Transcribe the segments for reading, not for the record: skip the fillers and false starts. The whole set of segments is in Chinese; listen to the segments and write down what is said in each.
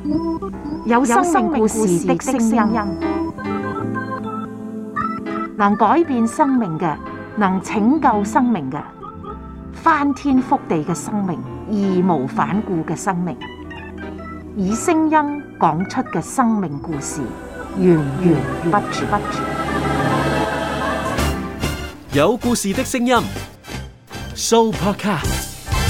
有生命故事的聲音，能改變生命嘅，能拯救生命嘅，翻天覆地嘅生命，義無反顧嘅生命，以聲音講出嘅生命故事，源源不絕。 有故事的聲音 ，Sooopodcast。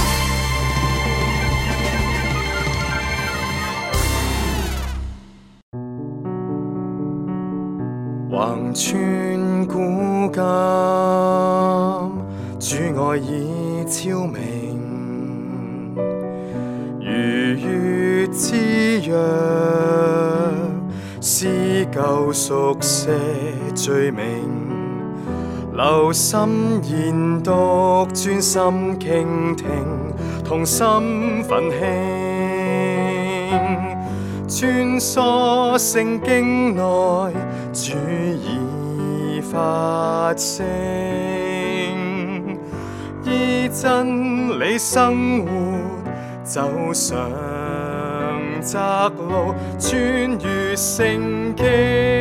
橫穿古今，主愛已超明，如月之約，撕舊熟寫罪名，留心研讀，專心傾聽，同心奮興，穿梭聖經內，主已發聲，依真理生活，走上窄路，穿越聖經。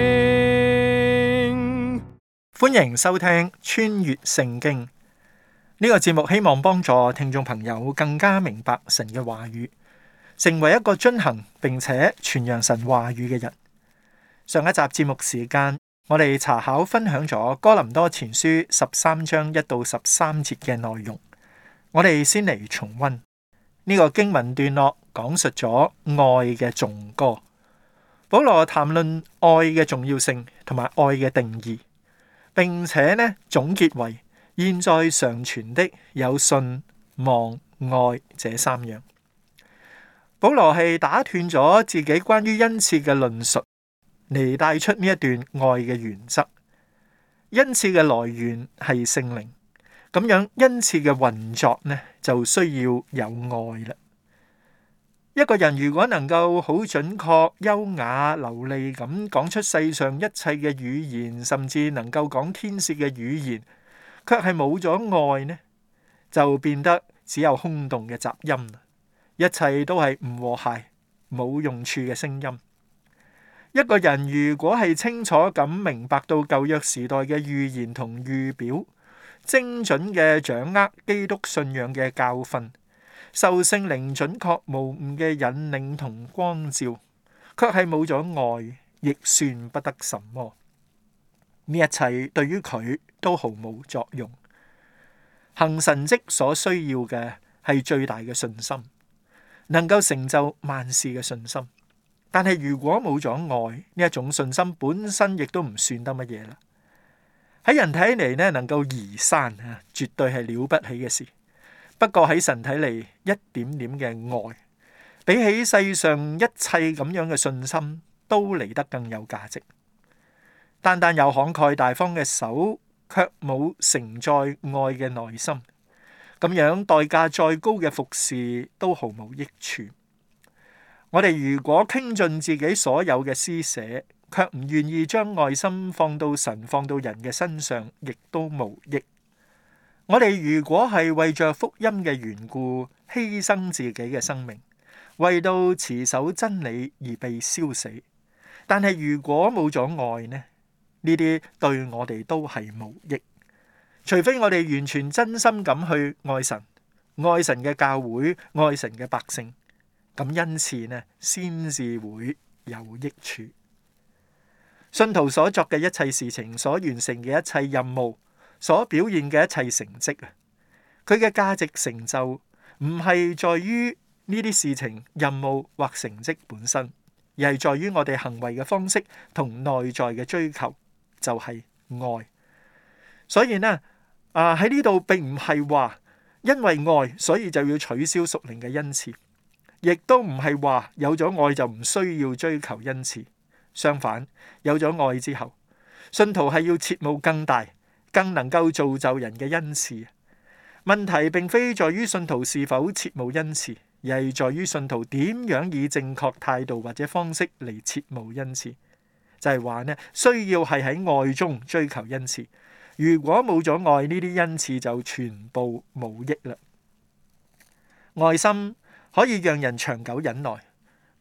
歡迎收聽《穿越聖經》呢個節目，希望幫助聽眾朋友更加明白神嘅話語，成為一個遵行並且傳揚神話語嘅人。上一集節目時間，我哋查考分享咗哥林多前書13章1到13節嘅內容。我哋先嚟重溫呢個經文段落，講述咗愛嘅頌歌。保羅談論愛嘅重要性同埋愛嘅定義，並且總結為現在常存的有信、望、愛這三樣。保羅係打斷咗自己關於恩賜嘅論述，嚟帶出呢一段愛嘅原則。恩賜嘅來源係聖靈，咁樣恩賜嘅運作就需要有愛啦。一個人如果能夠好準確、優雅、流利咁講出世上一切嘅語言，甚至能夠講天使嘅語言，卻係冇咗愛就變得只有空洞嘅雜音，一切都係唔和諧、冇用處嘅聲音。一個人如果係清楚咁明白到舊約時代嘅預言同預表，精準嘅掌握基督信仰嘅教訓，受聖靈準確無誤嘅引領同光照，卻係冇咗愛，亦算不得什麼。呢一切對於佢都毫無作用。行神蹟所需要嘅係最大嘅信心，能夠成就萬事嘅信心。但係如果冇咗愛，呢一種信心本身亦都唔算得乜嘢啦。喺人睇嚟能夠移山絕對係了不起嘅事。不過喺神睇嚟，一點點嘅愛，比起世上一切咁樣嘅信心，都嚟得更有價值。單單有慷慨大方嘅手，卻冇承載愛嘅內心，咁樣代價再高嘅服侍都毫無益處。我哋如果傾盡自己所有嘅施捨，卻唔願意將愛心放到神、放到人嘅身上，亦都無益。我哋如果係為着福音嘅緣故犧牲自己嘅生命，為到持守真理而被燒死，但係如果冇咗愛呢啲對我哋都係無益。除非我哋完全真心咁去愛神、愛神嘅教會、愛神嘅百姓，咁恩賜先至會有益處。信徒所作嘅一切事情，所完成嘅一切任務，所表現嘅一切成績佢嘅價值成就唔係在於呢啲事情、任務或成績本身，而係在於我哋行為嘅方式同內在嘅追求，就係愛。所以喺呢度並唔係話因為愛所以就要取消屬靈嘅恩賜，亦都唔係話有咗愛就唔需要追求恩賜。相反，有咗愛之後，信徒係要切慕更大、更能夠造就人嘅恩賜。問題並非在於信徒是否切慕恩賜，而係在於信徒點樣以正確態度或者方式嚟切慕恩賜。就係話需要係喺愛中追求恩賜。如果冇咗愛，呢啲恩賜就全部冇益啦。愛心可以讓人長久忍耐，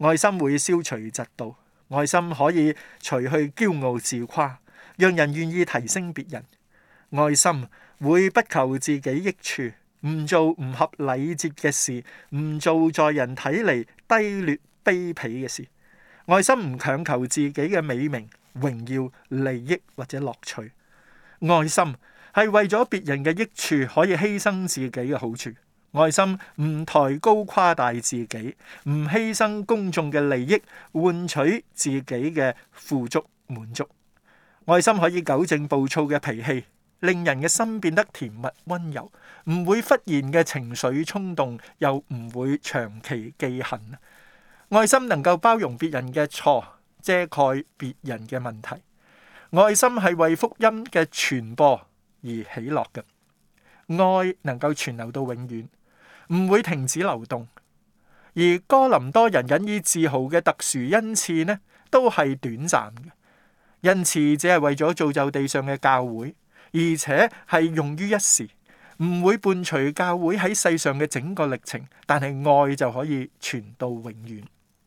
愛心會消除嫉妒，愛心可以除去驕傲自誇，讓人願意提升別人。愛心會不求自己益處，唔做唔合禮節嘅事，唔做在人睇嚟低劣卑鄙嘅事。愛心唔強求自己嘅美名、榮耀、利益或者樂趣。愛心係為咗別人嘅益處，可以犧牲自己嘅好處。愛心唔抬高誇大自己，唔犧牲公眾嘅利益，換取自己嘅富足滿足。愛心可以糾正暴躁嘅脾氣，令人嘅心變得甜蜜溫柔，唔會忽然嘅情緒衝動，又唔會長期記恨。愛心能夠包容別人嘅錯，遮蓋別人嘅問題。愛心係為福音嘅傳播而喜樂嘅。愛能夠傳流到永遠，唔會停止流動。而哥林多人引以自豪嘅特殊恩賜呢，都係短暫嘅。恩賜只係為咗造就地上嘅教會，而且係用於一時，唔會伴隨教會喺世上嘅整個歷程。但係愛就可以傳到永遠。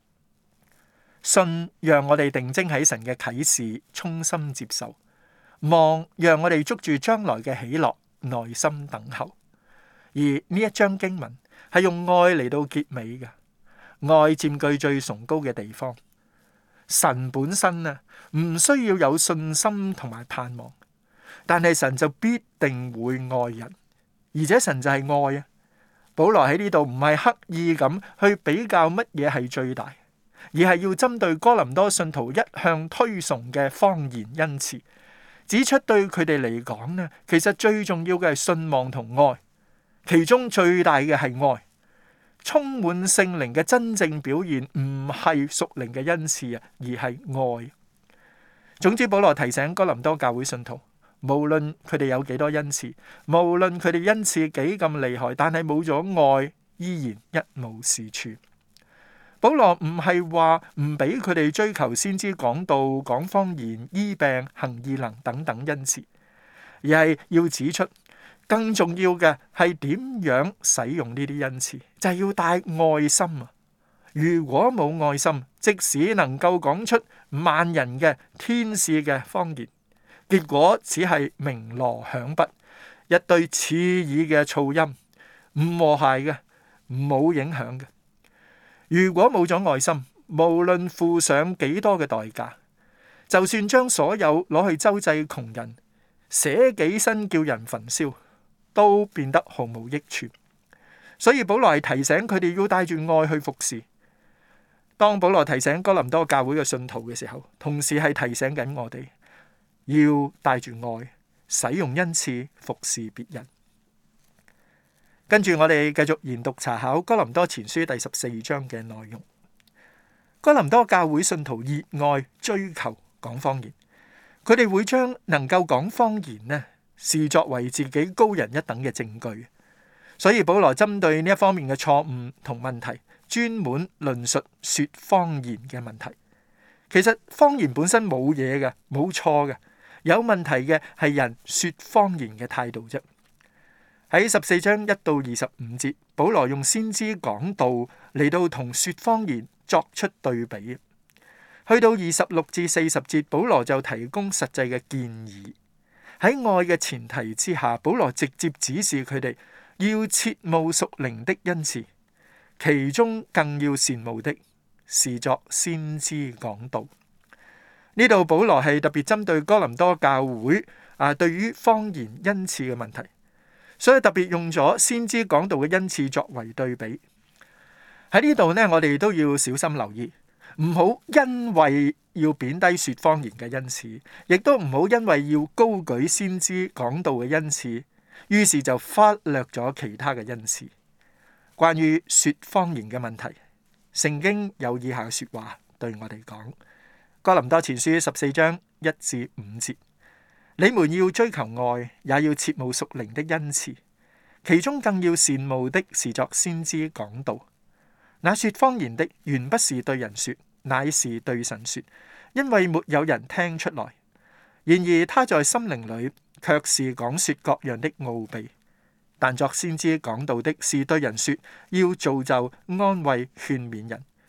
信讓我哋定睛喺神嘅啟示，衷心接受；望讓我哋捉住將來嘅喜樂，耐心等候。而呢一章經文係用愛嚟到結尾嘅，愛佔據最崇高嘅地方。神本身啊，唔需要有信心同埋盼望，但係神就必定會愛人，而且神就係愛啊。保羅喺呢度唔係刻意咁去比較乜嘢係最大，而係要針對哥林多信徒一向推崇嘅方言恩賜，指出對佢哋嚟講呢，其實最重要嘅係信望同愛，其中最大嘅係愛。充滿聖靈嘅真正表現唔係屬靈嘅恩賜啊，而係愛。總之，保羅提醒哥林多教會信徒，無論佢哋有幾多恩賜，無論佢哋恩賜幾咁厲害，但係冇咗愛，依然一無是處。保羅唔係話唔俾佢哋追求先知講道、講方言、醫病、行異能等等恩賜，而係要指出更重要嘅係點樣使用呢啲恩賜，就係要帶愛心啊！如果冇愛心，即使能夠講出萬人嘅天使嘅方言，結果只係鳴鑼響鈸，一對刺耳嘅噪音，唔和諧嘅，冇影響嘅。如果冇咗愛心，無論付上幾多嘅代價，就算將所有攞去周濟窮人，捨己身叫人焚燒，都變得毫無益處。所以保羅係提醒佢哋要帶住愛去服侍。當保羅提醒哥林多教會嘅信徒嘅時候，同時係提醒緊我哋要帶住愛，使用恩賜服侍別人。跟住我哋繼續研讀查考哥林多前書第14章嘅內容。哥林多教會信徒熱愛追求講方言，佢哋會將能夠講方言呢視作為自己高人一等嘅證據。所以保羅針對呢一方面嘅錯誤同問題，專門論述說方言嘅問題。其實方言本身冇嘢嘅，冇錯嘅，有問題嘅係人說方言嘅態度啫。喺14章1到25節，保羅用先知講道嚟到同說方言作出對比。去到26至40節，保羅就提供實際嘅建議。喺愛嘅前提之下，保羅直接指示佢哋要切慕屬靈的恩賜，其中更要羨慕的是作先知講道。呢度保羅係特別針對哥林多教會對於方言恩賜嘅問題，所以特別用咗先知講道嘅恩賜作為對比。喺呢度呢，我哋都要小心留意，唔好因為要貶低說方言嘅恩賜，亦都唔好因為要高舉先知講道嘅恩賜，於是就忽略咗其他嘅恩賜。關於說方言嘅問題，聖經有以下說話對我哋講。哥林多前書14章1至5節，你們要追求愛，也要切慕屬靈的恩賜，其中更要羨慕的是作先知講道。那說方言的原不是對人說，乃是對神說，因為沒有人聽出來。然而他在心靈裏卻是講說各樣的奧秘。但作先知講道的是對人說，要造就安慰勸勉人。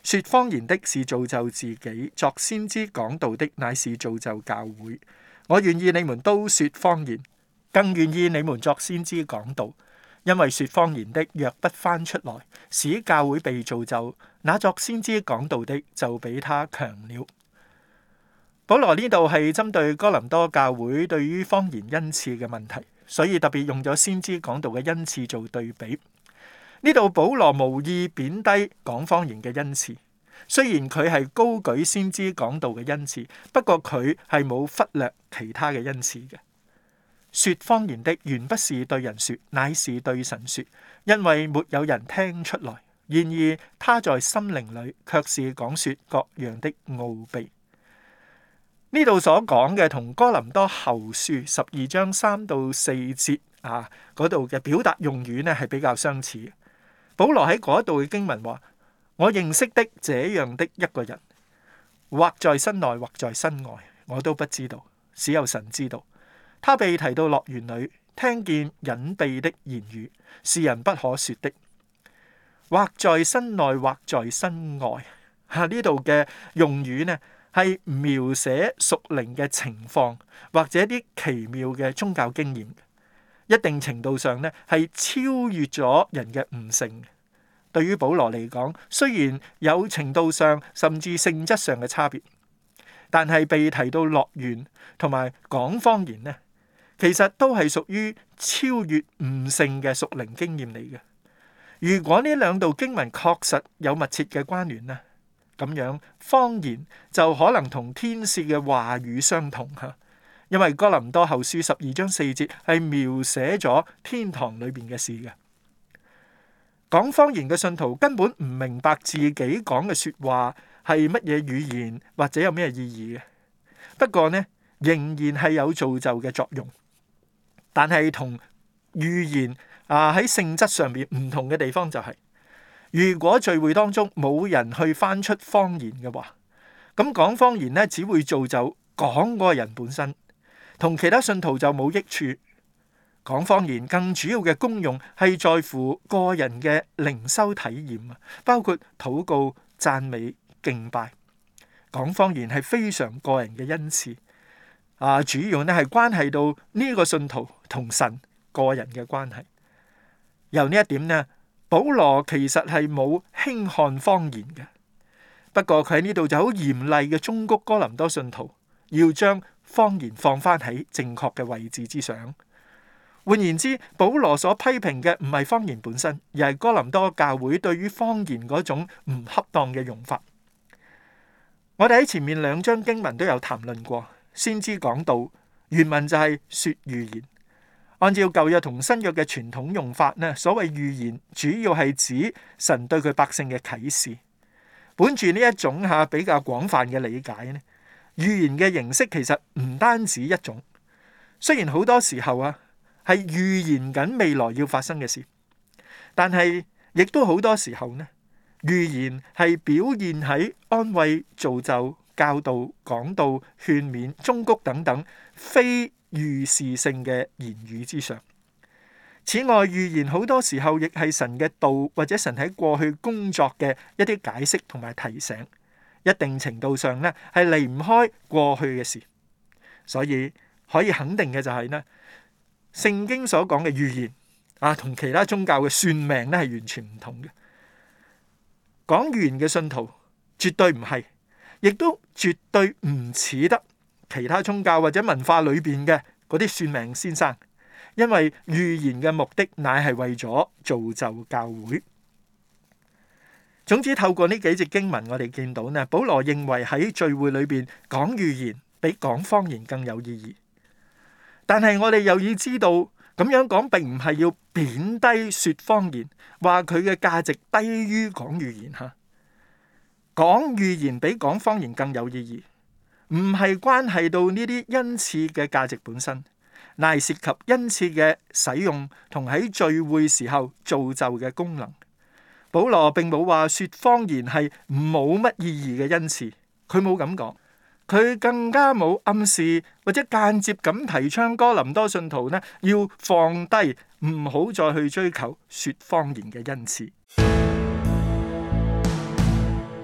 說方言的是造就自己，作先知講道的乃是造就教會。我願意你們都說方言，更願意你們作先知講道，因為說方言的若不翻出來，使教會被造就，那作先知講道的就比他強了。保羅呢度係針對哥林多教會對於方言恩賜嘅問題，所以特別用咗先知講道嘅恩賜做對比。呢度保羅無意貶低講方言嘅恩賜，雖然佢係高舉先知講道嘅恩賜，不過佢係冇忽略其他嘅恩賜嘅。說方言的原不是對人說，乃是對神說，因為沒有人聽出來。然而他在心靈裏卻是講說各樣的奧秘。呢度所講嘅同哥林多後書12章3到4節嗰度嘅表達用語呢係比較相似。保羅喺嗰度嘅經文話：我認識的這樣的一個人，或在身內或在身外，我都不知道，只有神知道。他被提到樂園裏，聽見隱秘的言語，是人不可說的。或在身內或在身外，呢度嘅用語呢係描寫屬靈嘅情況，或者啲奇妙嘅宗教經驗。一定程度上呢係超越咗人嘅悟性。對於保羅嚟講，雖然有程度上甚至性質上嘅差別，但係被提到樂園同埋講方言呢，其實都係屬於超越悟性嘅屬靈經驗嚟嘅。如果呢兩道經文確實有密切嘅關聯呢，咁樣方言就可能同天使嘅話語相同吓。因為哥林多後書12章4節係描寫咗天堂裏邊嘅事嘅。講方言嘅信徒根本唔明白自己講嘅說話係乜嘢語言或者有咩意義嘅。不過呢，仍然係有造就嘅作用。但係同預言喺性質上面唔同嘅地方就係，如果聚會當中冇人去翻出方言嘅話，咁講方言呢只會造就講嗰個人本身。同其他信徒就冇益處。講方言更主要嘅功用係在乎個人嘅靈修體驗，包括禱告、讚美、敬拜。講方言係非常個人嘅恩賜，主要呢係關係到呢個信徒同神個人嘅關係。由呢一點呢，保羅其實係冇輕看方言嘅。不過佢喺呢度就好嚴厲嘅忠告哥林多信徒，要將方言放翻喺正確嘅位置之上。換言之，保羅所批評嘅唔係方言本身，而係哥林多教會對於方言嗰種唔恰當嘅用法。我哋喺前面2章經文都有談論過，先知講道原文就係說預言。按照舊約同新約嘅傳統用法呢，所謂預言主要係指神對佢百姓嘅啟示。本住呢一種比較廣泛嘅理解呢，預言嘅形式其實唔單止一種，雖然好多時候係預言緊未來要發生嘅事，但係亦都好多時候呢，預言係表現喺安慰、造就、教導、講道、勸勉、忠告等等非預示性嘅言語之上。此外，預言好多時候亦係神嘅道或者神喺過去工作嘅一啲解釋同埋提醒。一定程度上呢係離唔開過去嘅事，所以可以肯定嘅就係呢，聖經所講嘅預言同其他宗教嘅算命呢係完全唔同嘅。講預言嘅信徒絕對唔係，亦都絕對唔似得其他宗教或者文化裏邊嘅嗰啲算命先生，因為預言嘅目的乃係為咗造就教會。總之，透過呢幾節經文，我哋見到呢，保羅認為喺聚會裏邊講預言比講方言更有意義。但係我哋又要知道，咁樣講並唔係要貶低說方言，話佢嘅價值低於講預言吓。講預言比講方言更有意義，唔係關係到呢啲恩賜嘅價值本身，乃係涉及恩賜嘅使用同喺聚會時候造就嘅功能。保羅並冇話說方言係冇乜意義嘅恩賜，佢冇咁講，佢更加冇暗示或者間接咁提倡哥林多信徒呢要放低，唔好再去追求說方言嘅恩賜。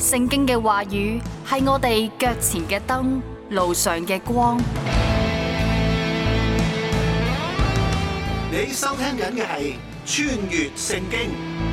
聖經嘅話語係我哋腳前嘅燈，路上嘅光。 你收聽緊嘅係穿越聖經。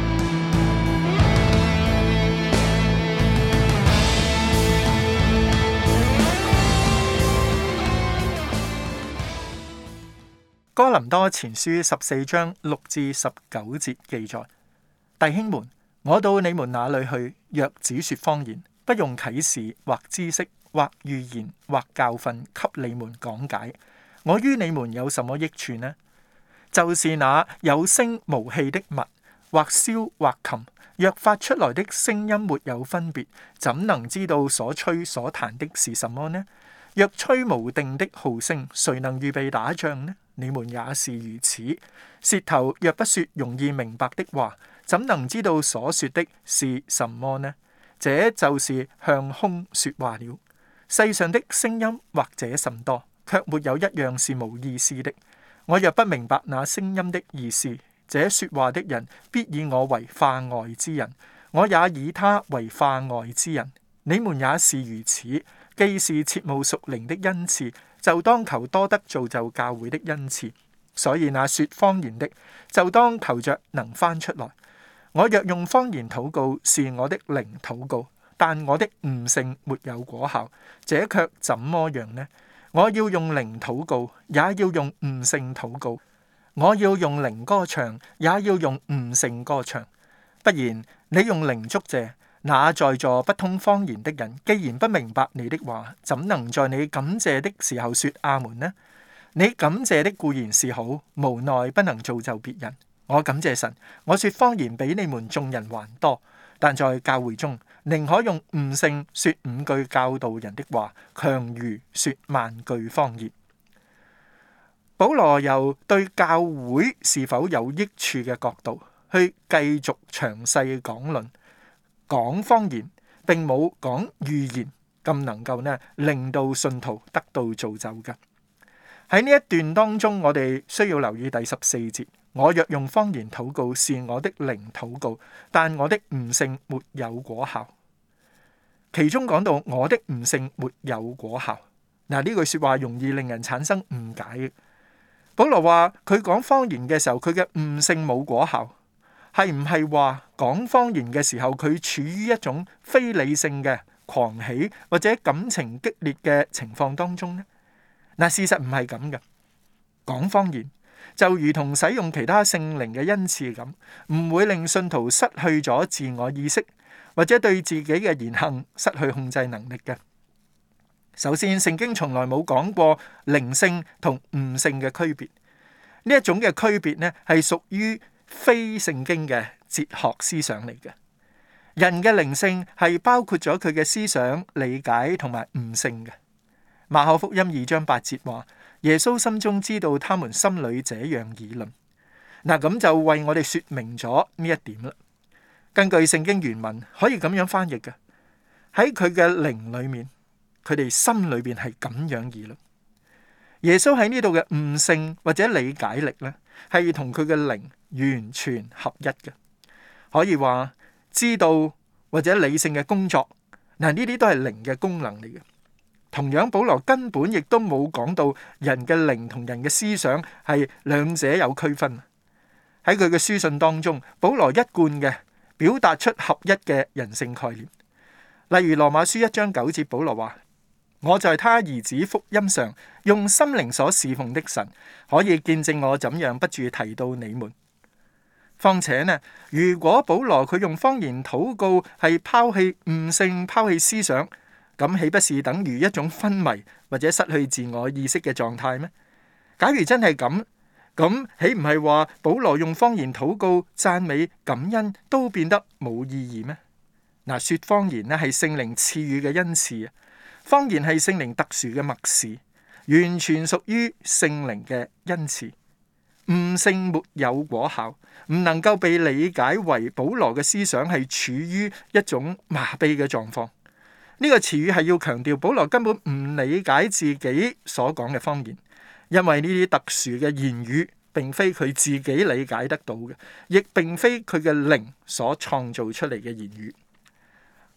哥林多前書14章6至19節記載：弟兄們，我到你們那裏去，若只說方言，不用啟示或知識或預言或教訓給你們講解，我於你們有什麼益處呢？就是那有聲無氣的物，或簫或琴，若發出來的聲音沒有分別，怎能知道所吹所彈的是什麼呢？若吹無定的號聲，誰能預備打仗呢？你們也是如此。舌頭若不說容易明白的話，怎能知道所說的是什麼呢？這就是向空說話了。世上的聲音或者甚多，卻沒有一樣是無意思的。我若不明白那聲音的意思，這說話的人必以我為化外之人，我也以他為化外之人。你們也是如此。既是切慕屬靈的恩賜，就當求多得造就教會的恩賜。所以那說方言的，就當求着能翻出來。我若用方言禱告，是我的靈禱告，但我的悟性沒有果效，這卻怎麼樣呢？我要用靈禱告，也要用悟性禱告；我要用靈歌唱，也要用悟性歌唱。不然，你用靈祝謝，那在座不通方言的人，既然不明白你的話，怎能在你感謝的時候說阿門呢？你感謝的固然是好，無奈不能造就別人。我感謝神，我說方言比你們眾人還多，但在教會中，寧可用悟性說5句教導人的話，強如說萬句方言。保羅由對教會是否有益處嘅角度，去繼續詳細講論。講方言並冇講預言咁能夠令到信徒得到造就嘅。喺呢一段當中，我哋需要留意第14節：我若用方言禱告，是我的靈禱告，但我的悟性沒有果效。其中講到我的悟性沒有果效，呢句說話容易令人產生誤解嘅。保羅話佢講方言嘅時候，佢嘅悟性冇果效。係唔係話講方言嘅時候，佢處於一種非理性嘅狂喜或者感情激烈嘅情況當中呢？事實唔係咁嘅。講方言就如同使用其他聖靈嘅恩賜咁，唔會令信徒失去咗自我意識，或者對自己嘅言行失去控制能力嘅。首先，聖經從來冇講過靈性同悟性嘅區別。呢一種嘅區別呢，係屬於非聖經嘅哲學思想嚟嘅。人嘅靈性係包括咗佢嘅思想、理解同埋悟性嘅。馬可福音2章8節話：耶穌心中知道他們心裏這樣議論。咁就為我哋說明咗呢一點啦。根據聖經原文可以咁樣翻譯嘅，喺佢嘅靈裏面，佢哋心裏邊係咁樣議論。耶穌喺呢度嘅悟性或者理解力呢，係同佢嘅靈完全合一嘅。可以話知道或者理性嘅工作，呢啲都係靈嘅功能嚟嘅。同樣，保羅根本亦都冇講到人嘅靈同人嘅思想係兩者有區分。喺佢嘅書信當中，保羅一貫嘅表達出合一嘅人性概念。例如羅馬書1章9節，保羅話：我在他兒子福音上用心靈所侍奉的神，可以見證我怎樣不住提到你們。況且呢，如果保羅佢用方言禱告係拋棄悟性、拋棄思想，咁豈不是等於一種昏迷或者失去自我意識嘅狀態咩？假如真係咁豈唔係話保羅用方言禱告、讚美、感恩都變得冇意義咩？說方言呢係聖靈賜予嘅恩賜啊，方言係聖靈特殊嘅默示，完全屬於聖靈嘅恩賜。悟性沒有果效，唔能夠被理解為保羅嘅思想係處於一種麻痹嘅狀況。呢個詞語係要強調保羅根本唔理解自己所講嘅方言，因為呢啲特殊嘅言語並非佢自己理解得到嘅，亦並非佢嘅靈所創造出嚟嘅言語。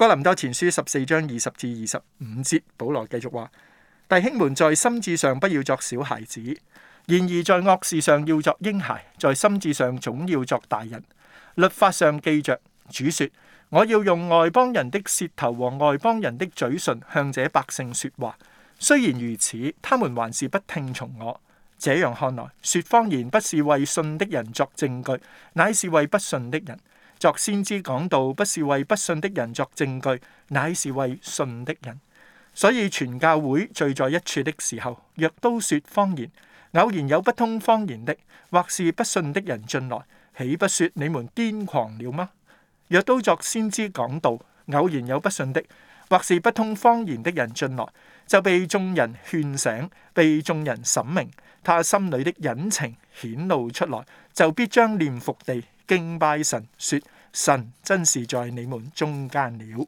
哥林多前書14章20至25節，保羅繼續話：弟兄們，在心志上不要作小孩子，然而在惡事上要作嬰孩，在心志上總要作大人。律法上記着，主說：我要用外邦人的舌頭和外邦人的嘴唇向這百姓說話。雖然如此，他們還是不聽從我。這樣看來，說謊言不是為信的人作證據，乃是為不信的人。作先知講道，不是為不信的人作證據，乃是為信的人。所以全教會聚在一處的時候，若都說謊言，偶然有不通謊言的，或是不信的人進來，豈不說你們癲狂了嗎？若都作先知講道，偶然有不信的，或是不通謊言的人進來，就被眾人勸醒，被眾人審明，他心裏的隱情顯露出來，就必將臉伏地敬拜神，說：神真是在你們中間了。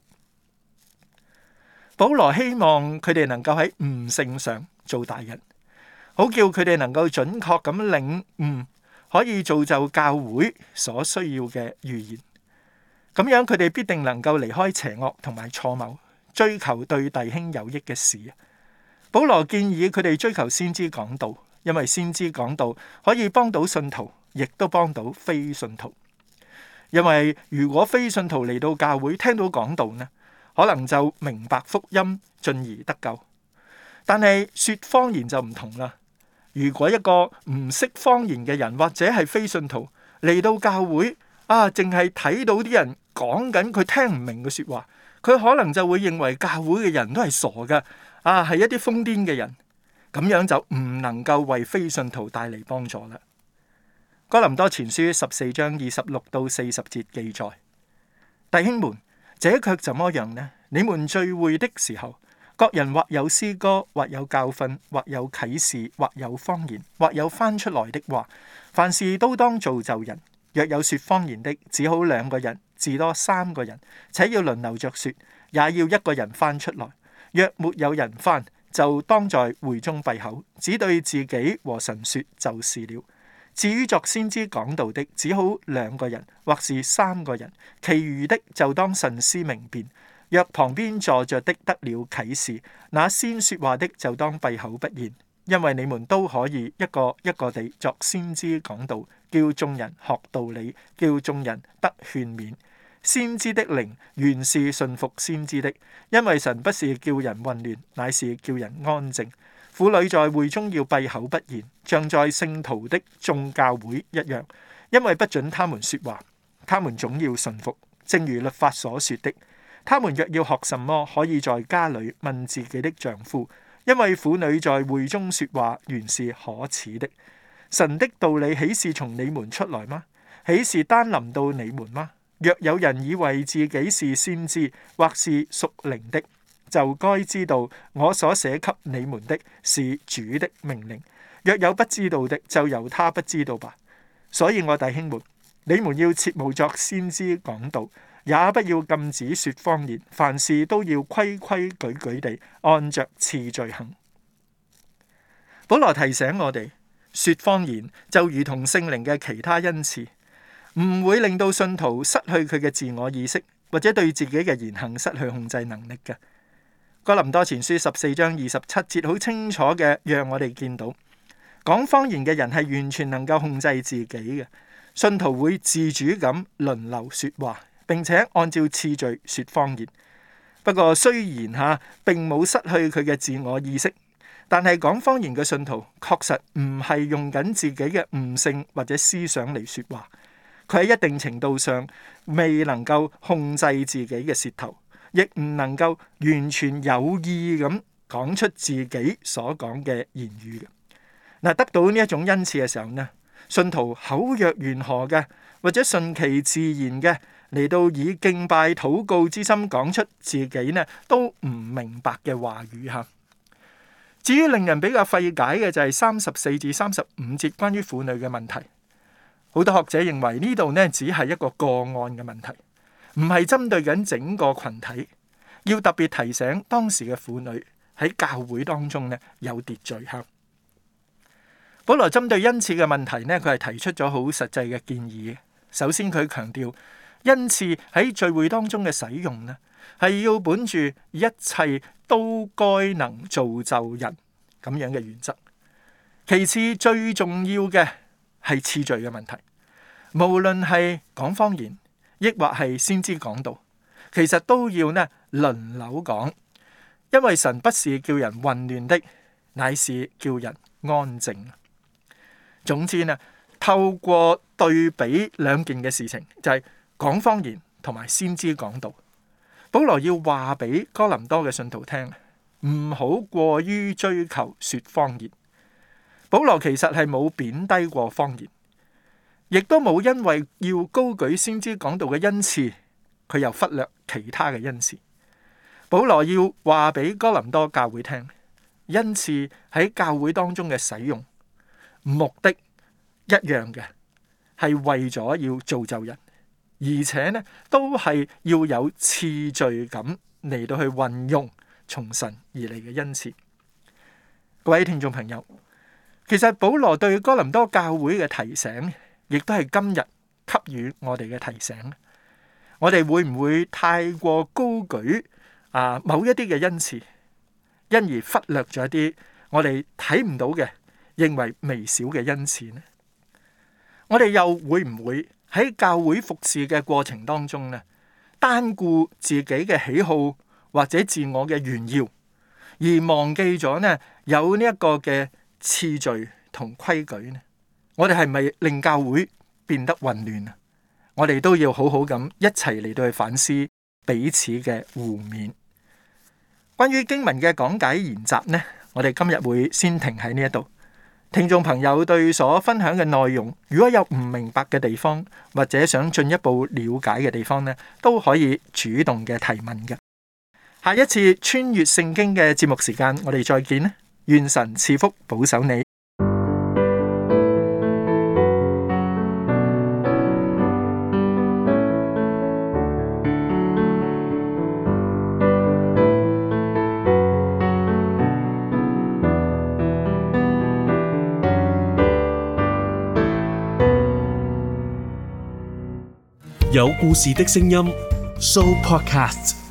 保羅希望佢哋能夠喺悟性上做大人，好叫佢哋能夠準確咁領悟，可以造就教會所需要嘅預言。咁樣佢哋必定能夠離開邪惡同埋錯謬，追求對弟兄有益嘅事。保羅建議佢哋追求先知講道，因為先知講道可以幫到信徒，亦都幫到非信徒。因為如果非信徒嚟到教會聽到講道呢，可能就明白福音，進而得救。但係說謊言就唔同啦。如果一個唔識謊言嘅人，或者係非信徒嚟到教會淨係睇到啲人講緊佢聽唔明嘅說話，佢可能就會認為教會嘅人都係傻嘅，係一啲瘋癲嘅人，咁樣就唔能夠為非信徒帶嚟幫助啦。哥林多前書14章26到40節記載：弟兄們，這卻怎麼樣呢？你們聚會的時候，各人或有詩歌，或有教訓，或有啟示，或有方言，或有翻出來的話，凡事都當造就人。若有說方言的，只好2個人，至多3個人，且要輪流着說，也要1個人翻出來。若沒有人翻，就當在會中閉口，只對自己和神說就是了。至於作先知講道的，只好2個人，或是3個人，其餘的就當慎思明辨。若旁邊坐着的得了啟示，那先說話的就當閉口不言，因為你們都可以一個一個地作先知講道，叫眾人學道理，叫眾人得勸勉。先知的靈原是順服先知的，因為神不是叫人混亂，乃是叫人安靜。婦女在會中要閉口不言，像在聖徒的眾教會一樣，因為不准他們說話，他們總要順服，正如律法所說的。他們若要學什麼，可以在家裏問自己的丈夫，因為婦女在會中說話原是可恥的。神的道理豈是從你們出來嗎？豈是單臨到你們嗎？若有人以為自己是先知或是屬靈的，就該知道我所寫給你們的是主的命令。若有不知道的，就由他不知道吧。所以我弟兄們，你們要切勿作先知講道，也不要禁止說謊言，凡事都要規規矩矩地按着次序行。保羅提醒我哋，說謊言就如同聖靈嘅其他恩賜，唔會令到信徒失去佢嘅自我意識，或者對自己嘅言行失去控制能力嘅。哥林多前書14章27節好清楚嘅，讓我哋見到講謊言嘅人係完全能夠控制自己嘅。信徒會自主咁輪流說話，並且按照次序說謊言。不過雖然並冇失去佢嘅自我意識，但係講謊言嘅信徒確實唔係用緊自己嘅悟性或者思想嚟說話。佢喺一定程度上未能夠控制自己嘅舌頭，亦唔能夠完全有意咁講出自己所講嘅言語嘅。嗱，得到呢一種恩賜嘅時候呢，信徒口若懸河嘅，或者順其自然嘅嚟到以敬拜禱告之心講出自己呢都唔明白嘅話語吓。至於令人比較費解嘅就係34至35節關於婦女嘅問題。好多學者認為呢度呢只係一個個案嘅問題，唔係針對緊整個群體，要特別提醒當時嘅婦女喺教會當中呢有秩序吓。保羅針對恩賜嘅問題呢，佢係提出咗好實際嘅建議。首先佢強調恩賜喺聚會當中嘅使用呢， 係要本住一切都該能造就人咁樣嘅原則。其次最重要嘅係次序嘅問題，無論係講方言，抑或係先知講道，其實都要輪流講，因為神不是叫人混亂的，乃是叫人安靜。總之透過對比兩件嘅事情，就係講方言同埋先知講道，保羅要話俾哥林多嘅信徒聽，唔好過於追求說方言。保羅其實係冇貶低過方言，亦都冇因為要高舉先知講道嘅恩賜，佢又忽略其他嘅恩賜。保羅要話俾哥林多教會聽，恩賜喺教會當中嘅使用目的一樣嘅，係為咗要造就人，而且都係要有次序咁嚟到去運用從神而嚟嘅恩賜。各位聽眾朋友，其實保羅對哥林多教會嘅提醒，亦都係今日給予我哋嘅提醒。我哋會唔會太過高舉某一啲嘅恩賜，因而忽略咗一啲我哋睇唔到嘅，認為微小嘅恩賜呢？我哋又會唔會喺教會服侍嘅過程當中單顧自己嘅喜好或者自我嘅炫耀，而忘記咗有呢一個嘅次序同規矩呢？我哋係咪令教會變得混亂啊？我哋都要好好咁一齊嚟到去反思彼此嘅互勉。關於經文嘅講解研習呢，我哋今日會先停喺呢一度。聽眾朋友對所分享嘅內容，如果有唔明白嘅地方，或者想進一步了解嘅地方呢，都可以主動嘅提問嘅。下一次穿越聖經嘅節目時間，我哋再見啦！願神賜福保守你。 有故事的聲音 Show Podcast。